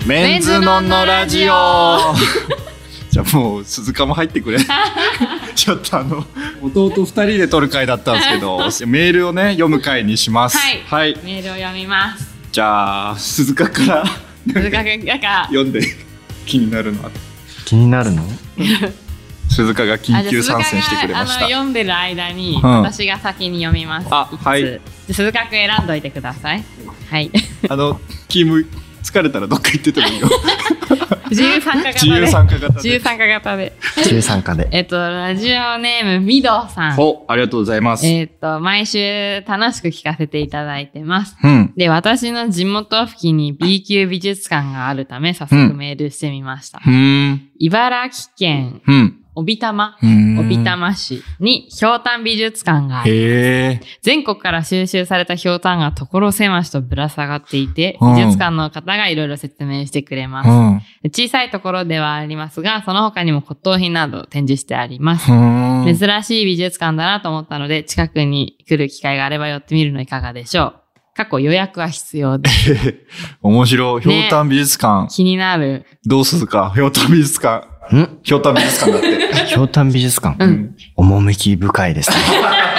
メンズノンのラジオじゃあもう鈴鹿も入ってくれちょっと弟2人で撮る回だったんですけどメールをね読む回にします。 はい、メールを読みます。 じゃあ鈴鹿から鈴鹿が読んで気になるの鈴鹿が緊急参戦してくれました。 読んでる間に私が先に読みます。 はい。 鈴鹿くん選んどいてください。はい。 キム疲れたらどっか行っててもいいよ。 自由参加型で。ラジオネームミドさん。 ありがとうございます。 毎週楽しく聞かせていただいてます。 うん、 で、私の地元付近に B 級美術館があるため早速メールしてみました。茨城県。帯玉市にひょうたん美術館があります。全国から収集されたひょうたんが所狭しとぶら下がっていて、美術館の方がいろいろ説明してくれます。小さいところではありますが、その他にも骨董品など展示してあります。珍しい美術館だなと思ったので、近くに来る機会があれば寄ってみるのいかがでしょう。予約は必要です。 面白い。ひょうたん美術館。 気になる。 どうするか。ひょうたん美術館。ひょうたん美術館だって。 ひょうたん美術館。趣深いですね。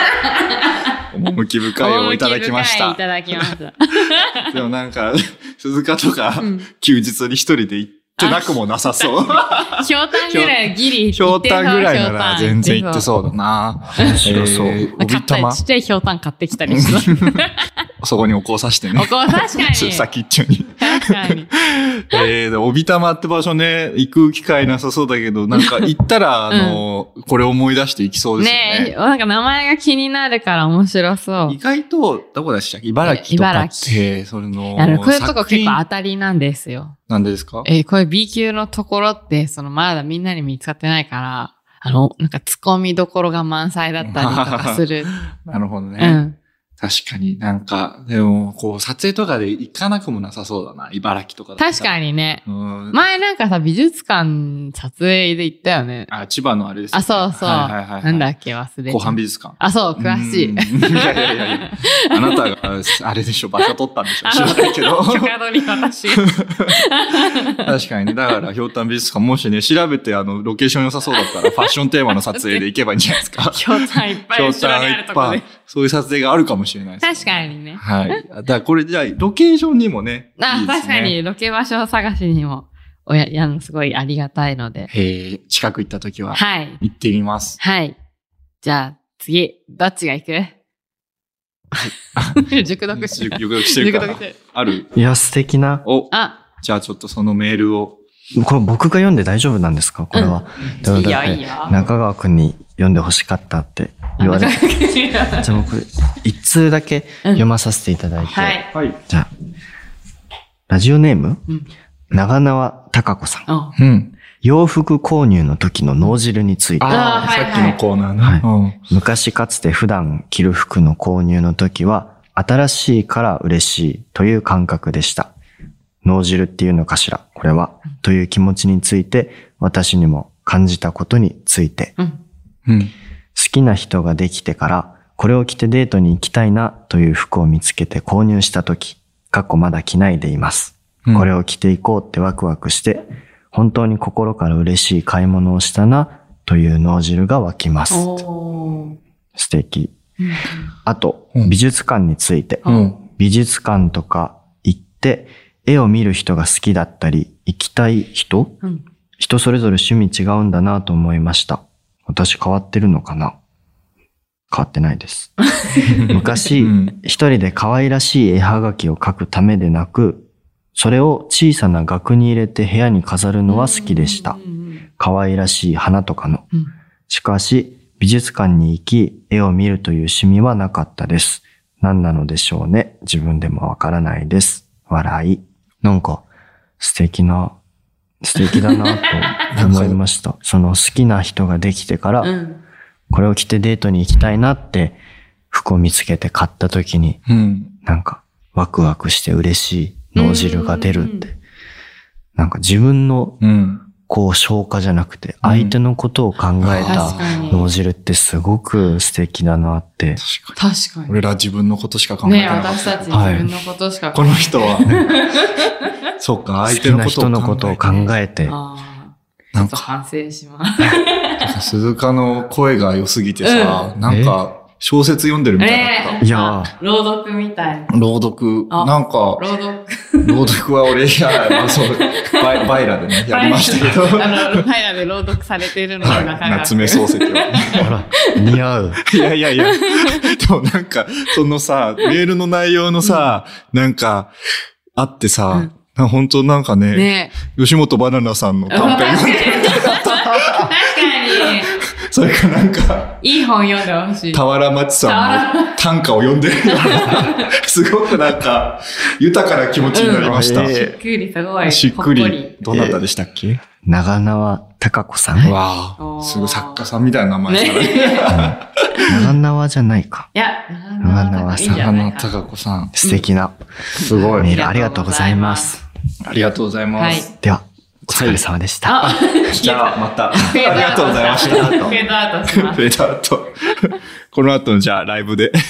趣深いをいただきました。でもなんか、鈴鹿とか、休日に一人で行ってなくもなさそう。 ひょうたんぐらいギリ行ってひょうたんぐらいなら全然行ってそうだな。 面白そう。 ちっちゃいひょうたん買ってきたりして。 そこにお香さしてね。 お香確かに。 先っちょに。 確かに。 帯玉って場所ね、行く機会なさそうだけど、なんか行ったら、これ思い出していきそうですよね。 ねえ、なんか名前が気になるから面白そう。 意外と、どこでしたっけ？茨城とかって、それの、 こういうとこ結構当たりなんですよ。 なんでですか？ こういう B 級のところって、まだみんなに見つかってないから、なんか突っ込みどころが満載だったりとかする。 なるほどね。確かになんか、でも、撮影とかで行かなくもなさそうだな。茨城とかだったら。 確かにね。前なんかさ、美術館撮影で行ったよね。 千葉のあれですね。 そうそう。なんだっけ忘れ後半美術館。 そう、詳しい。 いや。あなたが、あれでしょ、場所取ったんでしょ。知らないけど。 許可取り私。 確かにね。だから、ひょうたん美術館、もしね、調べて、ロケーション良さそうだったら、ファッションテーマの撮影で行けばいいんじゃないですか。 ひょうたんいっぱい後ろにあるとこで。 そういう撮影があるかもしれないです、 確かにね。 はい。だからこれじゃあ、ロケーションにもね。いいですね。 確かに、ロケ場所探しにも、すごいありがたいので。 近く行った時は。 はい。 行ってみます。 はい。じゃあ、次、どっちが行く？熟読してるから。ある？ いや、素敵な。 じゃあちょっとそのメールを。 これ僕が読んで大丈夫なんですか？これは。 いいよ。 中川くんに読んで欲しかったって言われて。じゃあ僕、一通だけ読まさせていただいて。 はい。 じゃあ、ラジオネーム、長縄貴子さん。洋服購入の時の脳汁について。 さっきのコーナーね。 昔かつて普段着る服の購入の時は、新しいから嬉しいという感覚でした。脳汁っていうのかしら、これは、という気持ちについて、私にも感じたことについて。好きな人ができてから、これを着てデートに行きたいなという服を見つけて購入したとき、まだ着ないでいます。これを着ていこうってワクワクして、本当に心から嬉しい買い物をしたなという脳汁が湧きます。素敵。あと、美術館について、美術館とか行って、絵を見る人が好きだったり、行きたい人、人それぞれ趣味違うんだなと思いました。私変わってるのかな？変わってないです。昔、一人で可愛らしい絵はがきを描くためでなく、それを小さな額に入れて部屋に飾るのは好きでした。可愛らしい花とかの。しかし、美術館に行き、絵を見るという趣味はなかったです。何なのでしょうね。自分でもわからないです。笑い。なんか、素敵だなと思いました。その好きな人ができてから、これを着てデートに行きたいなって服を見つけて買った時に、なんかワクワクして嬉しい脳汁が出るって。なんか自分のこう消化じゃなくて、相手のことを考えた脳汁ってすごく素敵だなって。 確かに。 俺ら自分のことしか考えてなかった。 ね、私たち自分のことしか考えてない。この人は、そうか、相手のことを考えて。 人のことを考えて。 なんか反省します。 鈴鹿の声が良すぎてさ、なんか、小説読んでるみたいだった。 いや朗読みたいな。 朗読。なんか、朗読は俺、バイラでね、やりましたけど。 バイラで朗読されてるのが夏目漱石は。 あら、似合う。 いや。でもなんか、そのさ、メールの内容のさ、なんか、あってさ、本当なんかね、吉本バナナさんの短編読んでる。 確かに。 それかなんか、 いい本読んでほしい。 俵町さんの短歌を読んでるような、すごくなんか、豊かな気持ちになりました。 しっくり、すごい。 しっくり。どなたでしたっけ？ 長縄貴子さん。 わあ、すぐ作家さんみたいな名前ですね。 長縄じゃないか。 いや、 長縄さん。 長縄貴子さん。 素敵な。 すごい。 メールありがとうございます。 ありがとうございます。 では、お疲れ様でした。 じゃあ、また。ありがとうございました。 フェードアウトします。 フェードアウト。この後のじゃあ、ライブで。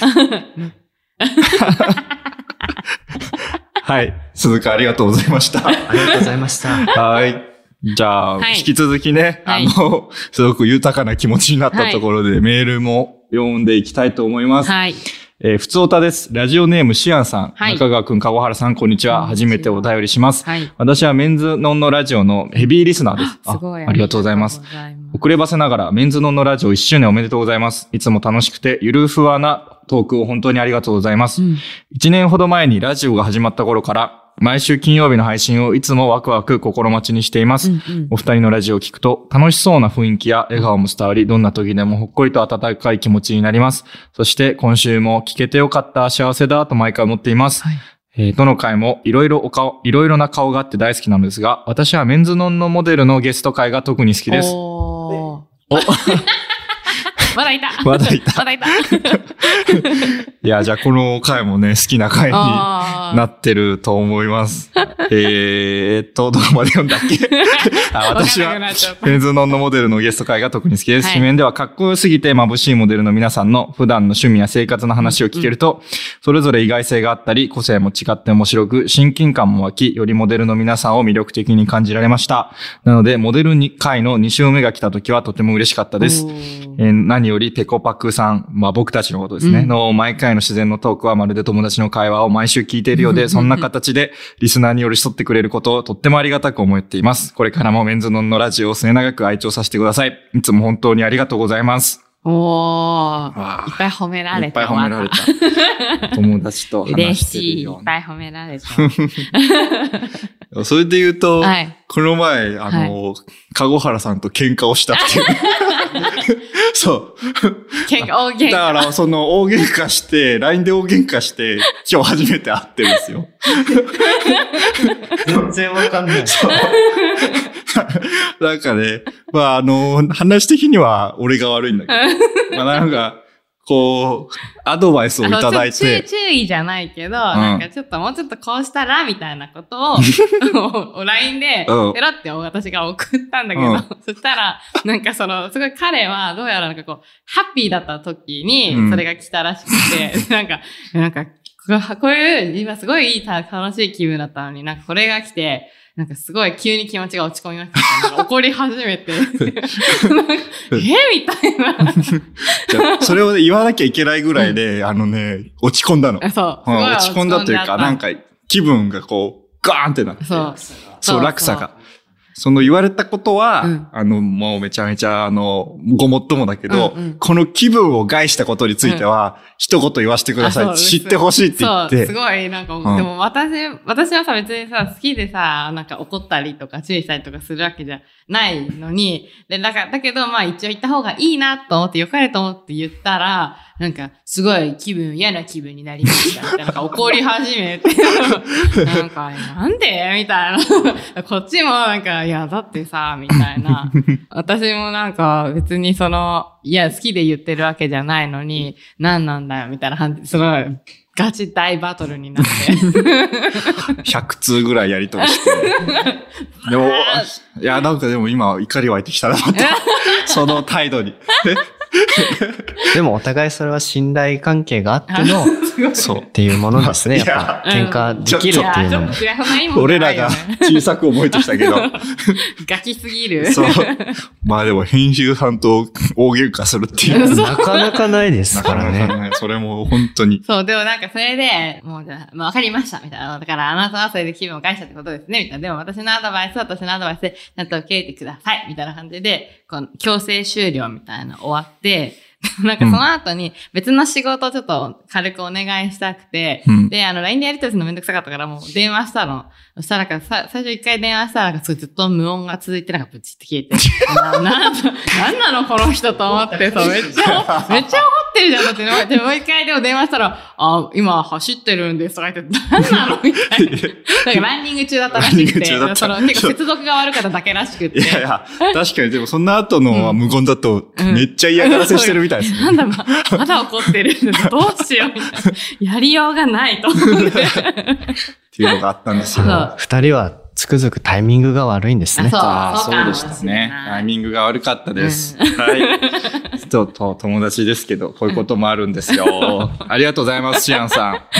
はい。鈴鹿ありがとうございました。 ありがとうございました。 はい。じゃあ、引き続きね、すごく豊かな気持ちになったところで、メールも読んでいきたいと思います。 はい。 ふつおたです。ラジオネームシアンさん。中川くん、籠原さん、こんにちは。初めてお便りします。私はメンズノンノラジオのヘビーリスナーです。 すごい。 ありがとうございます。遅ればせながら、メンズノンノラジオ1周年おめでとうございます。いつも楽しくて、ゆるふわなトークを本当にありがとうございます。1年ほど前にラジオが始まった頃から、毎週金曜日の配信をいつもワクワク心待ちにしています。お二人のラジオを聞くと楽しそうな雰囲気や笑顔も伝わり、どんな時でもほっこりと温かい気持ちになります。そして今週も聞けてよかった、幸せだと毎回思っています。どの回もいろいろな顔があって大好きなのですが、私はメンズノンのモデルのゲスト回が特に好きです。 まだいた。 いや、じゃあこの回もね、好きな回になってると思います。どこまで読んだっけ私は、メンズノンのモデルのゲスト回が特に好きです。紙面ではかっこよすぎて眩しいモデルの皆さんの普段の趣味や生活の話を聞けると、それぞれ意外性があったり、個性も違って面白く、親近感も湧き、よりモデルの皆さんを魅力的に感じられました。なので、モデル回の2週目が来た時はとても嬉しかったです。何よりペコパクさん、僕たちのことですね、の毎回の自然のトークはまるで友達の会話を毎週聞いているようで、そんな形でリスナーに寄り添ってくれることをとってもありがたく思っています。これからもメンズノンのラジオを末永く愛聴させてください。いつも本当にありがとうございます。 おー。いっぱい褒められた。 いっぱい褒められた。友達と話してるような。 いっぱい褒められた。 それで言うと、この前、籠原さんと喧嘩をしたっていう。そう。 大喧嘩。 だから、大喧嘩して、LINE で大喧嘩して、今日初めて会ってるんですよ。 全然わかんない。 そう。なんかね、話的には俺が悪いんだけど、なんか、アドバイスをいただいて。 注意じゃないけど、なんかもうちょっとこうしたら、みたいなことを、LINE で、ペロって私が送ったんだけど、そしたら、なんかすごい彼は、どうやらハッピーだった時に、それが来たらしくて、なんか、こういう、今すごいいい楽しい気分だったのに、なんかこれが来て、なんかすごい急に気持ちが落ち込みました。怒り始めて。みたいな。 それを言わなきゃいけないぐらいで、落ち込んだの。 そう。 落ち込んだというか、なんか気分がガーンってなって。そう、落差が。言われたことは、もうめちゃめちゃ、ごもっともだけど、この気分を害したことについては、一言言わせてください。知ってほしいって言って。 そう、すごい、でも私はさ、別にさ、好きでさ、なんか怒ったりとか注意したりとかするわけじゃないのに、だけど、一応言った方がいいなと思って、良かれと思って言ったら、なんか、すごい嫌な気分になりましたみたいな。なんか怒り始めて。なんか、なんでみたいな。こっちもなんか、いや、だってさ、みたいな。私もなんか、別に好きで言ってるわけじゃないのに、何なんだよ、みたいな感じ、ガガチ大バトルになって。 100通ぐらいやりとりして。でも、いや、なんかでも今怒り湧いてきたなって。その態度に。 でもお互いそれは信頼関係があっての、そうっていうものですね。やっぱ喧嘩できるっていうのも。 俺らが小さく思えてきたけど。 ガキすぎる。 そう。まあでも編集さんと大喧嘩するっていう。 なかなかないですからね。 なかなかそれも本当に。 そう、でもなんかそれで、もうじゃあ、わかりました、みたいな。だからあなたはそれで気分を返したってことですね、みたいな。でも私のアドバイスは私のアドバイスで、ちゃんと受け入れてください、みたいな感じで、この強制終了みたいな終わって、なんかその後に別の仕事をちょっと軽くお願いしたくて、で、LINE でやりとりするのめんどくさかったからもう電話したの。そしたらなんか最初一回電話したらなんかずっと無音が続いてなんかプチって消えて、なんなのこの人と思って、そう、めっちゃ怒ってるじゃん。だって、でもう一回でも電話したら、今走ってるんですとか言って、なんなのみたいな。なんかランニング中だったらしくて、結構接続が悪かっただけらしくて。 いやいや、確かにでもそんな後の無言だとめっちゃ嫌がらせしてるみたいですね。 なんだまだ怒ってる。どうしようみたいな。やりようがないと思って。 っていうのがあったんですよ。 二人はつくづくタイミングが悪いんですね。 そうでしたね。タイミングが悪かったです。はい。ちょっと友達ですけど、こういうこともあるんですよ。ありがとうございます、シアンさん。はい。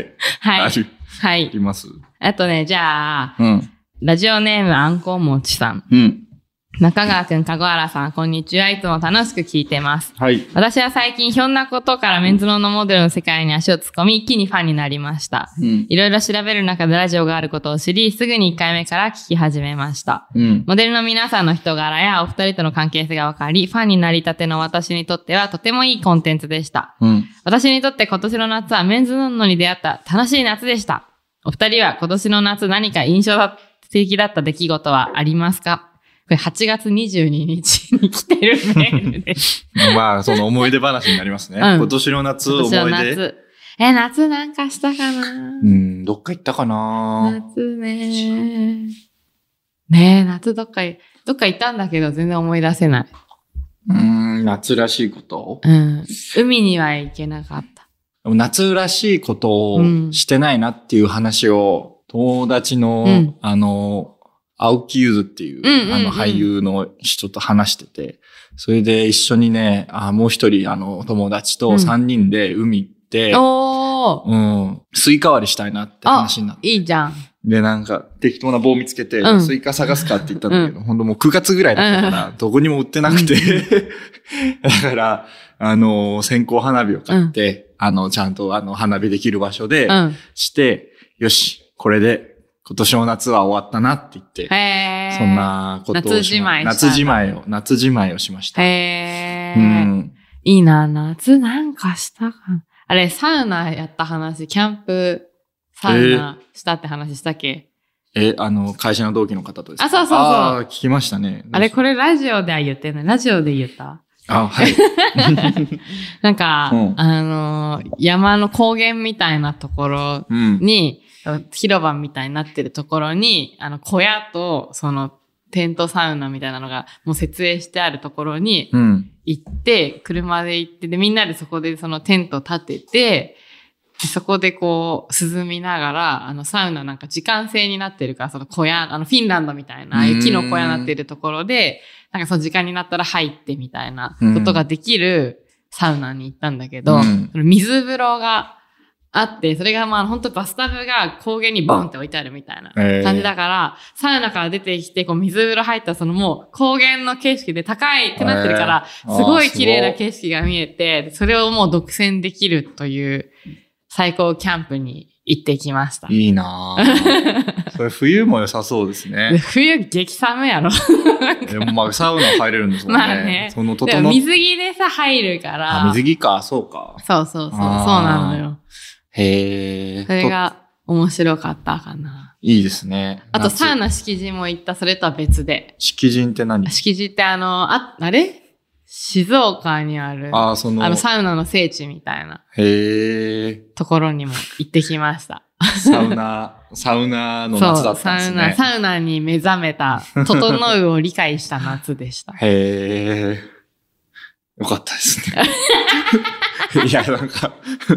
はい。 はい。います。 あとね、じゃあ、ラジオネームあんこもちさん。中川くん、かごはらさん、こんにちは。いつも楽しく聞いてます。 はい。 私は最近ひょんなことからメンズノンノモデルの世界に足を突っ込み、一気にファンになりました。いろいろ調べる中でラジオがあることを知り、すぐに1回目から聞き始めました。モデルの皆さんの人柄やお二人との関係性が分かり、ファンになりたての私にとってはとてもいいコンテンツでした。私にとって今年の夏はメンズノンノに出会った楽しい夏でした。お二人は今年の夏何か印象的だった出来事はありますか？これ8月22日に来てるメールです。 まあ、その思い出話になりますね。今年の夏、思い出。 夏なんかしたかな？ どっか行ったかな？ 夏ね。夏どっか行ったんだけど全然思い出せない。 夏らしいこと？ 海には行けなかった。 夏らしいことをしてないなっていう話を、友達の、青木ゆずっていう、俳優の人と話してて、それで一緒にね、もう一人、友達と3人で海行って、スイカ割りしたいなって話になって。 いいじゃん。 で、なんか、適当な棒見つけて、スイカ探すかって言ったんだけど、ほんともう9月ぐらいだったから、どこにも売ってなくて、だから、線香花火を買って、ちゃんと花火できる場所で、して、よし、これで、今年の夏は終わったなって言って、そんなことを夏じまいをしました。 いいな、夏なんかしたかな。あれ、サウナやった話、キャンプサウナしたって話したっけ？ 会社の同期の方とですか？ そう。 聞きましたね。 あれ、これラジオでは言ってない。ラジオで言った？ はい。 なんか、山の高原みたいなところに、広場みたいになってるところに、小屋と、その、テントサウナみたいなのが、もう設営してあるところに、行って、車で行って、で、みんなでそこでそのテント立てて、そこでこう、涼みながら、サウナなんか時間制になってるから、その小屋、フィンランドみたいな、雪の小屋になってるところで、なんかその時間になったら入ってみたいなことができるサウナに行ったんだけど、水風呂があって、それが本当バスタブが高原にボンって置いてあるみたいな感じだから、サウナから出てきて、こう水風呂入ったらそのもう高原の景色で高いってなってるから、すごい綺麗な景色が見えて、それをもう独占できるという最高キャンプに行ってきました。 いいなぁ。それ冬も良さそうですね。 冬激寒やろ。 でもサウナ入れるんですもんね。 まあね。 でも水着でさ、入るから。 水着か、そうか。 そうなのよ。 へー。 それが面白かったかな。 いいですね。 あとサウナ敷地も行った、それとは別で。 敷地って何？ 敷地ってあれ静岡にある。サウナの聖地みたいな。ところにも行ってきました。 サウナの夏だったんですね。 サウナに目覚めた、整うを理解した夏でした。 へー。よかったですね。 いや、なんか、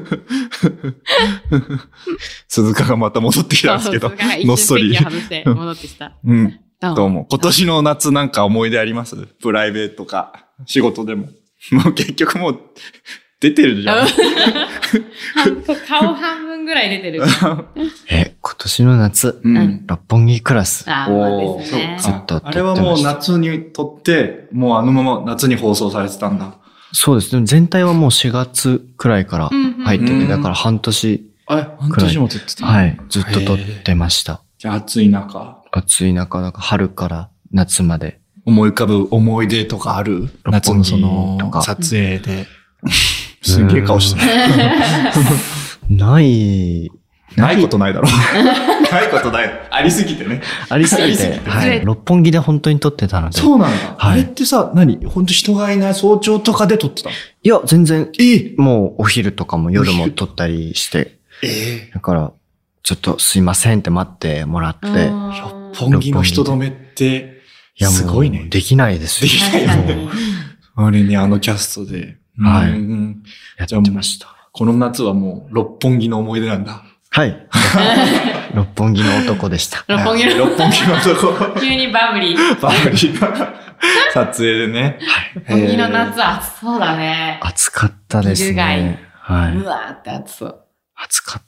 鈴鹿がまた戻ってきたんですけど、のっそり。 外して戻ってきた。 うん。どうも。今年の夏なんか思い出あります？プライベートか、仕事でも。もう結局もう、出てるじゃん。 顔半分ぐらい出てる。 今年の夏、六本木クラス。 おー、そうか。 ずっと撮ってました。 あれはもう夏に撮って、もうあのまま夏に放送されてたんだ。 そうですね。全体はもう4月くらいから入ってて、だから半年。 半年も撮ってた。 はい。ずっと撮ってました。 じゃあ暑い中。 なんか春から夏まで。 思い浮かぶ思い出とかある？夏のその撮影で。すげえ顔してる。ないことないだろ。ないことない。ありすぎてね。 ありすぎて。はい。六本木で本当に撮ってたので。 そうなんだ。あれってさ、本当人がいない早朝とかで撮ってたの？ いや、全然。もうお昼とかも夜も撮ったりして。だから、ちょっとすいませんって待ってもらって。 六本木の人止めって、すごいね。 できないですよ。 できないよ。あれにキャストで。 はい。やってました。 この夏はもう六本木の思い出なんだ。 はい。六本木の男でした。 六本木の男。 急にバブリー。 バブリーな撮影でね。 六本木の夏は暑そうだね。 暑かったですね。はい。 うわーって暑そう。 暑かった。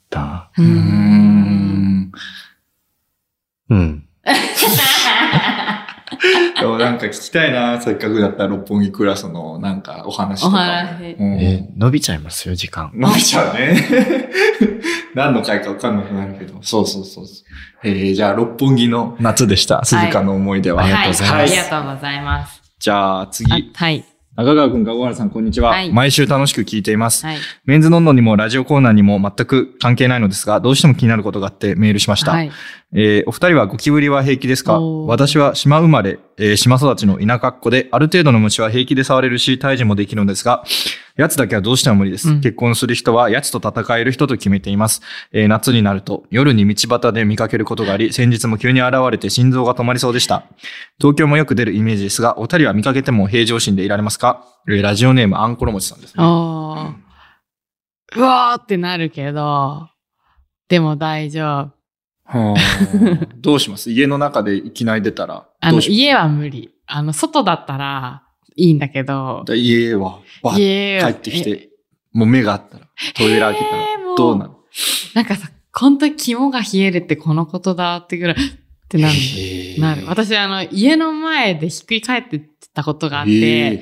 でもなんか聞きたいな、せっかくだったら六本木クラスのなんかお話とか。 伸びちゃいますよ、時間。 伸びちゃうね。何の回か分かんなくなるけど。そう。じゃあ六本木の夏でした。鈴鹿の思い出は。 ありがとうございます。 ありがとうございます。 じゃあ次。 はい。 中川くん、小原さん、こんにちは。毎週楽しく聞いています。メンズノンノにもラジオコーナーにも全く関係ないのですが、どうしても気になることがあってメールしました。お二人はゴキブリは平気ですか？私は島生まれ、島育ちの田舎っ子で、ある程度の虫は平気で触れるし、退治もできるのですが、奴だけはどうしても無理です。結婚する人は奴と戦える人と決めています。夏になると夜に道端で見かけることがあり、先日も急に現れて心臓が止まりそうでした。東京もよく出るイメージですが、お二人は見かけても平常心でいられますか？ラジオネームあんころもちさんですね。 うわーってなるけど、でも大丈夫。 どうします？家の中でいきなり出たら家は無理。外だったらいいんだけど。 家は帰ってきて、もう目があったら、トイレ開けたら、どうなの？ なんかさ、本当に肝が冷えるってこのことだってぐらい、ってなる。私、家の前でひっくり返ってたことがあって、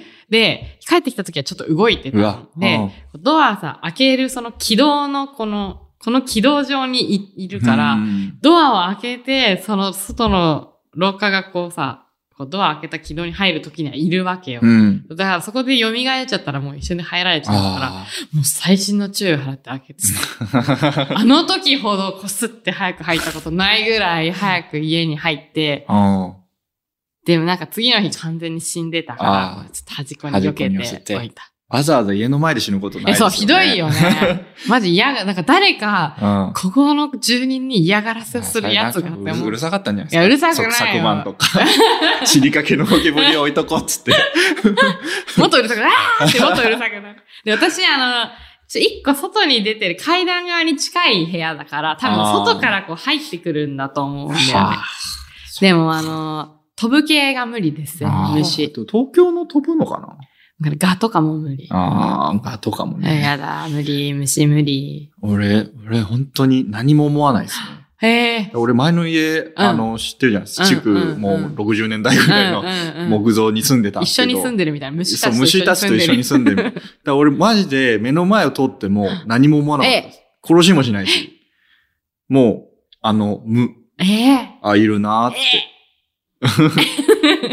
で、帰ってきた時はちょっと動いてた。で、ドアさ、開けるその軌道のこの軌道上にいるから、ドアを開けて、その外の廊下がこうさ、ドア開けた軌道に入る時にはいるわけよ。だからそこで蘇っちゃったらもう一緒に入られちゃうから、もう細心の注意を払って開けてさ。あの時ほどこすって早く入ったことないぐらい早く家に入って、でもなんか次の日完全に死んでたから、ちょっと端っこに避けておいた。 わざわざ家の前で死ぬことないですよね。 そう、ひどいよね。マジなんか誰か、ここの住人に嫌がらせをするやつがあってうるさかったんじゃないですか。 いや、うるさくないよ。 昨晩とか。死にかけのゴキブリを置いとこうっつって。 もっとうるさくなってもっとうるさくなる。で、私、一個外に出てる階段側に近い部屋だから、多分外からこう入ってくるんだと思うんだよね。でも飛ぶ系が無理ですよ、虫。 東京の飛ぶのかな？ ガとかも無理。 ガとかもね。 やだ、無理、虫無理。 俺本当に何も思わないですね。俺前の家、知ってるじゃん。築もう60年代ぐらいの木造に住んでたんですけど。 一緒に住んでるみたいな。虫たちと一緒に住んでる。だから俺マジで目の前を通っても何も思わなかったです。殺しもしないし。もう、いるなーって。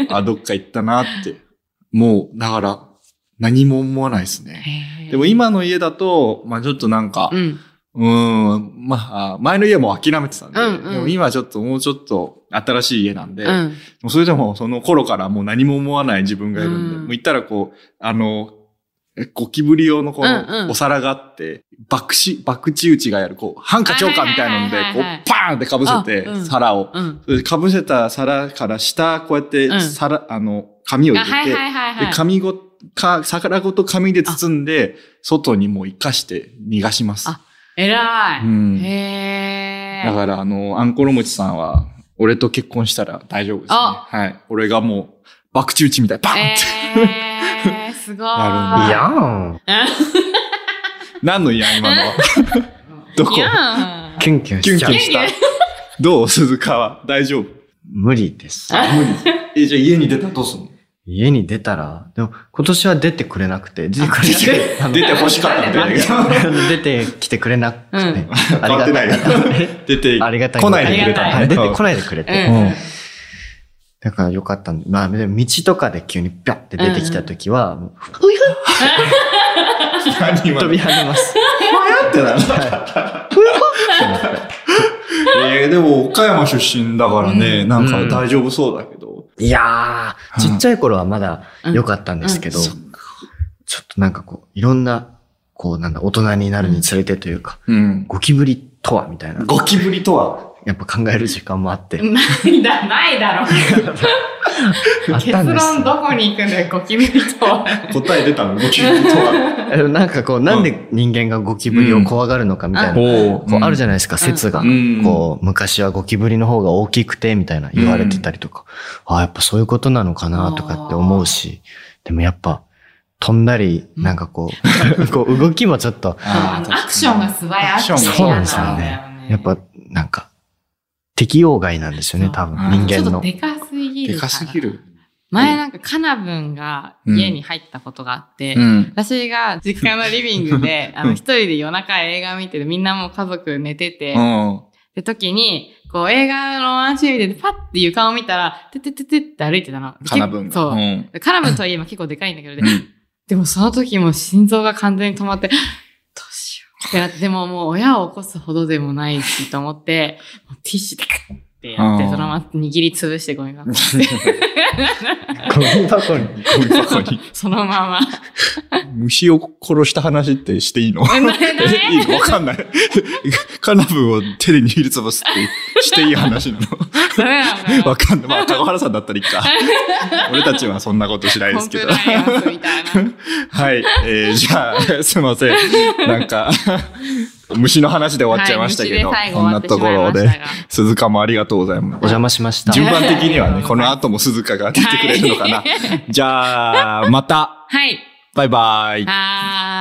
どっか行ったなーって。もう、だから、何も思わないですね。でも今の家だと、ちょっとなんか、前の家も諦めてたんで、でも今はもうちょっと新しい家なんで、それでもその頃からもう何も思わない自分がいるんで、もう言ったらこう、ゴキブリ用のこのお皿があって、爆打ちがやる、こう、ハンカチョーカーみたいなので、こう、パーンって被せて、皿を。被せた皿から下、こうやって、紙を入れて、で、紙ご皿ごと紙で包んで、外にもう生かして逃がします。 あ、偉い。 うん、 へだから、あんころ餅さんは、俺と結婚したら大丈夫ですね。はい。俺がもう、爆打ちみたいにバーンって。 すごい。 いやん。 何のいやん、今のは。どこ？ キュンキュンしちゃう。 キュンキュンした。どう鈴川大丈夫？ 無理です。 無理。じゃあ家に出たらどうすんの？ 家に出たら、でも今年は出てくれなくて、出て欲しかったんだけど。 出てきてくれなくて。 ありがたい。出て、 ありがたい。 来ないでくれた。 出てこないでくれて。だからよかったんで、まあ、道とかで急にピャって出てきたときは、飛び跳ねます。 ってなる。でも岡山出身だからね、なんか大丈夫そうだけど。 いやー、ちっちゃい頃はまだ良かったんですけど、ちょっとなんかこう、いろんな、こうなんだ、大人になるにつれてというか、ゴキブリとはみたいな。 ゴキブリとはやっぱ考える時間もあって。 ないだろう。結論どこに行くんだよ、ゴキブリとは。 答え出たの、ゴキブリとは。 なんかこう、なんで人間がゴキブリを怖がるのかみたいな、こうあるじゃないですか、説が。こう、昔はゴキブリの方が大きくて、みたいな言われてたりとか。ああ、やっぱそういうことなのかな、とかって思うし。でもやっぱ、飛んだり、なんかこう、こう動きもちょっと。 アクションが素早い。 そうなんですよね。やっぱ、なんか、適応外なんですよね、多分、人間の。 ちょっとでかすぎる。 でかすぎる。 前なんかカナブンが家に入ったことがあって、私が実家のリビングで、一人で夜中映画見てて、みんなもう家族寝てて、で時に、こう映画のワンシーン見てて、パッて床を見たら、ててててって歩いてたの。 カナブンが。 そう。カナブンとはいえば結構でかいんだけどね。でもその時も心臓が完全に止まって、どうしようってなって、でももう親を起こすほどでもないしと思って、ティッシュでクッってやって、そのまま握りつぶしてゴミ箱に。 ゴミ箱にそのまま。 虫を殺した話ってしていいの？いいの？わかんない。カナブンを手で握りつぶすってしていい話なの？ ダメなの？ わかんない。まあ、高原さんだったらいいか。俺たちはそんなことしないですけど。はい。じゃあ、すいません。なんか、虫の話で終わっちゃいましたけど、こんなところで、鈴鹿もありがとうございます。 お邪魔しました。 順番的にはね、この後も鈴鹿が出てくれるのかな。じゃあ、また。 はい。 バイバイ。 はーい。